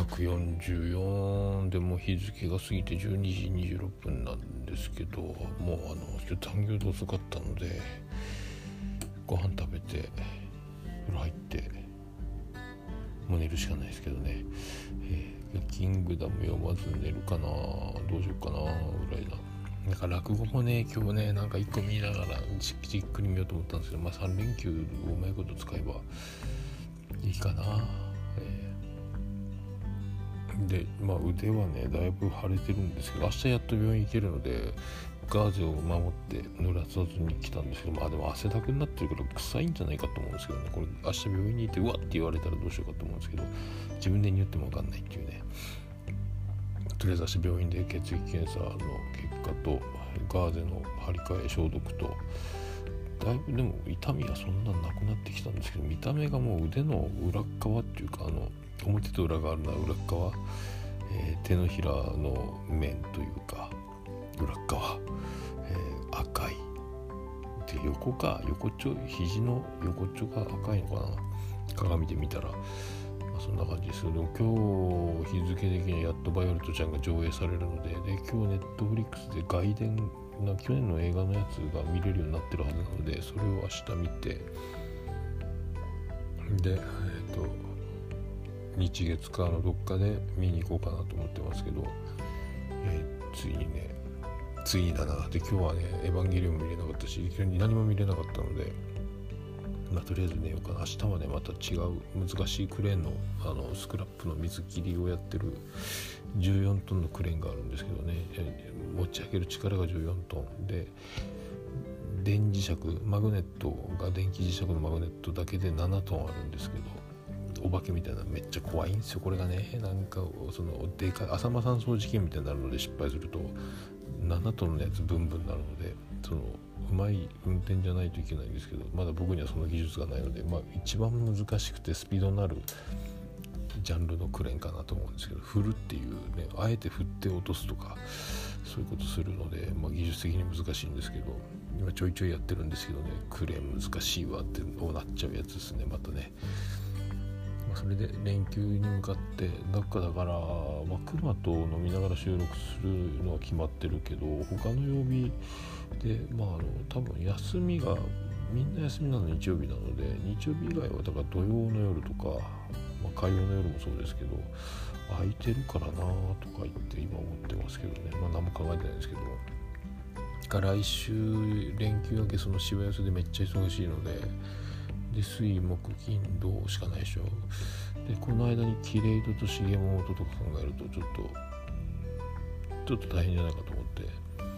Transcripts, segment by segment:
144でもう日付が過ぎて12時26分なんですけど、もう残業で遅かったのでご飯食べて風呂入ってもう寝るしかないですけどね、キングダム読まず寝るかな、どうしようかなぐらいな。なんか落語もね今日ねなんか一個見ながらじっくり見ようと思ったんですけど、3連休をうまいこと使えばいいかな。で腕はねだいぶ腫れてるんですけど、明日やっと病院行けるのでガーゼを守って濡らさずに来たんですけど、でも汗だくになってるから臭いんじゃないかと思うんですけどね。これ明日病院に行ってうわって言われたらどうしようかと思うんですけど、自分で匂っても分かんないっていうね。とりあえず明日病院で血液検査の結果とガーゼの張り替え消毒と、だいぶでも痛みがそんななくなってきたんですけど、見た目がもう腕の裏側っていうか表と裏があるのは裏側、手のひらの面というか裏側、赤いで横っちょ肘の横っちょが赤いのかな、鏡で見たら、そんな感じですけど、今日日付的にやっとバイオレットちゃんが上映されるので、今日ネットフリックスで外伝な去年の映画のやつが見れるようになってるはずなので、それを明日見て、で日月火のどっかで見に行こうかなと思ってますけど、ついにだな。で今日はねエヴァンゲリオンも見れなかったし何も見れなかったので、とりあえず寝ようかな。明日はねまた違う難しいクレーンのスクラップの水切りをやってる14トンのクレーンがあるんですけどね、持ち上げる力が14トンで、電磁石マグネットが電気磁石のマグネットだけで7トンあるんですけど、お化けみたいなめっちゃ怖いんですよこれがね。なんかでかい浅間山荘事件みたいになるので、失敗すると7トンのやつブンブンになるので、うまい運転じゃないといけないんですけど、まだ僕にはその技術がないので、一番難しくてスピードのあるジャンルのクレーンかなと思うんですけど、振るっていうね、あえて振って落とすとかそういうことするので、技術的に難しいんですけど、今ちょいちょいやってるんですけどね、クレーン難しいわってなっちゃうやつですね。またね、それで連休に向かってだから、熊と飲みながら収録するのは決まってるけど、他の曜日で多分休みがみんな休みなの日曜日なので、日曜日以外はだから土曜の夜とか、火曜の夜もそうですけど空いてるからなとか言って今思ってますけどね。何も考えてないですけど、来週連休明けそのしわ寄せでめっちゃ忙しいので、水木金土しかないでしょ。でこの間にキレイドと重本とか考えるとちょっと大変じゃないかと思って、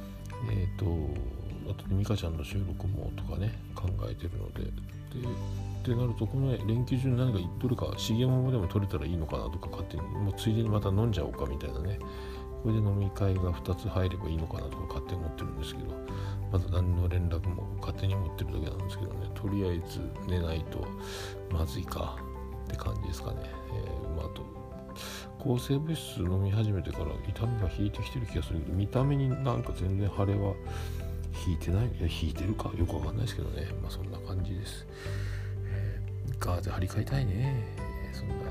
あとミカちゃんの収録もとかね考えてるので、ってなるとこの連休中に何かどれか重本でも取れたらいいのかなとか、勝手にもうついでにまた飲んじゃおうかみたいなね、これで飲み会が2つ入ればいいのかなとか勝手に思ってるんですけど、まだ何の連絡も勝手に持ってるだけなんですけどね、とりあえず寝ないとまずいかって感じですかね。あと抗生物質飲み始めてから痛みが引いてきてる気がするけど、見た目になんか全然腫れは引いてない。引いてるかよくわかんないですけどね。そんな感じです。ガーゼ張り替えたいね。そんなや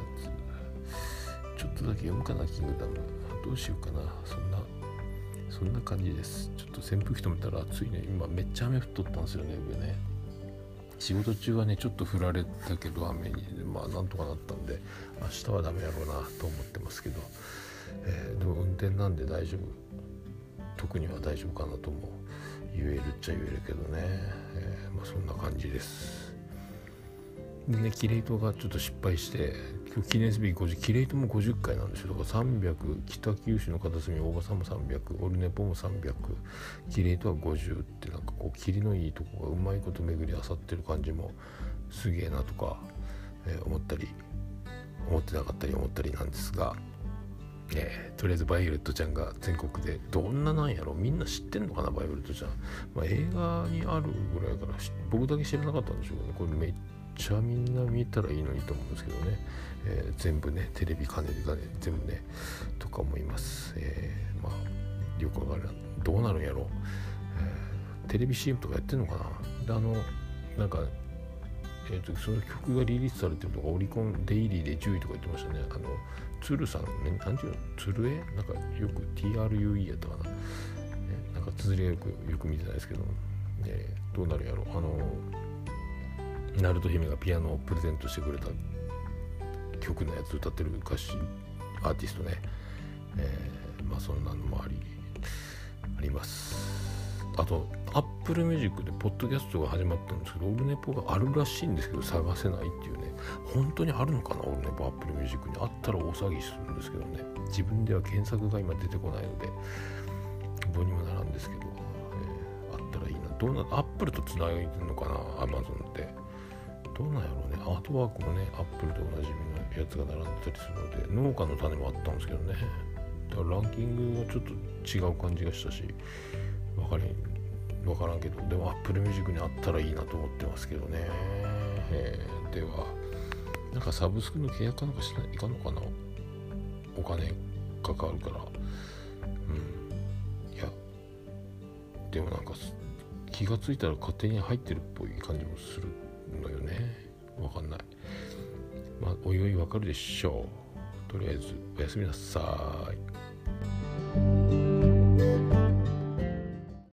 つちょっとだけ読むかな、キングダム。どうしようかな。そんな感じです。ちょっと扇風機止めたら暑いね。今めっちゃ雨降っとったんですよね、上ね。仕事中はねちょっと降られたけど雨になんとかなったんで、明日はダメやろうなと思ってますけど、でも運転なんで大丈夫、特には大丈夫かなとも言えるっちゃ言えるけどね、そんな感じです。でね、キレイトがちょっと失敗して、今日記念すべき50、キレイトも50回なんですよ。だから300、北九州の片隅大場さんも300、オルネポも300、キレイトは50って、なんかこうキリのいいとこがうまいこと巡りあさってる感じもすげえなとか、思ったり思ってなかったり思ったりなんですが、とりあえずバイオレットちゃんが全国でどんななんやろ、みんな知ってんのかなバイオレットちゃん。映画にあるぐらいから僕だけ知らなかったんでしょうね。これめっちゃみんな見たらいいのにと思うんですけどね、全部ねテレビカネがね全部ねとか思います。よくわからない、どうなるんやろ、テレビ CM とかやってんのかな。でなんかその曲がリリースされてるとかオリコンデイリーで10位とか言ってましたね。鶴さんね、なんていうの、鶴江なんかよく TRUE やったかな、なんか綴りはよく見てないですけど、どうなるやろ。ナルト姫がピアノをプレゼントしてくれた曲のやつ歌ってる歌手アーティストね、そんなのもあります。あと Apple Music でポッドキャストが始まったんですけど、オルネポがあるらしいんですけど探せないっていうね。本当にあるのかな、オルネポ Apple Music にあったら大騒ぎするんですけどね。自分では検索が今出てこないのでどうにもならんですけど、あったらいいな。どうな、Apple とつながってるのかな Amazon って。どうなんやろうね。アートワークもね Apple とおなじみのやつが並んでたりするので、農家の種もあったんですけどね。だからランキングはちょっと違う感じがしたし、分からんけど、でも Apple Music にあったらいいなと思ってますけどね。ではなんかサブスクの契約なんかしないかんのかな。お金かかるから。いやでもなんか気がついたら勝手に入ってるっぽい感じもするのよね。わかんない。おいおいわかるでしょう。とりあえずおやすみなさい。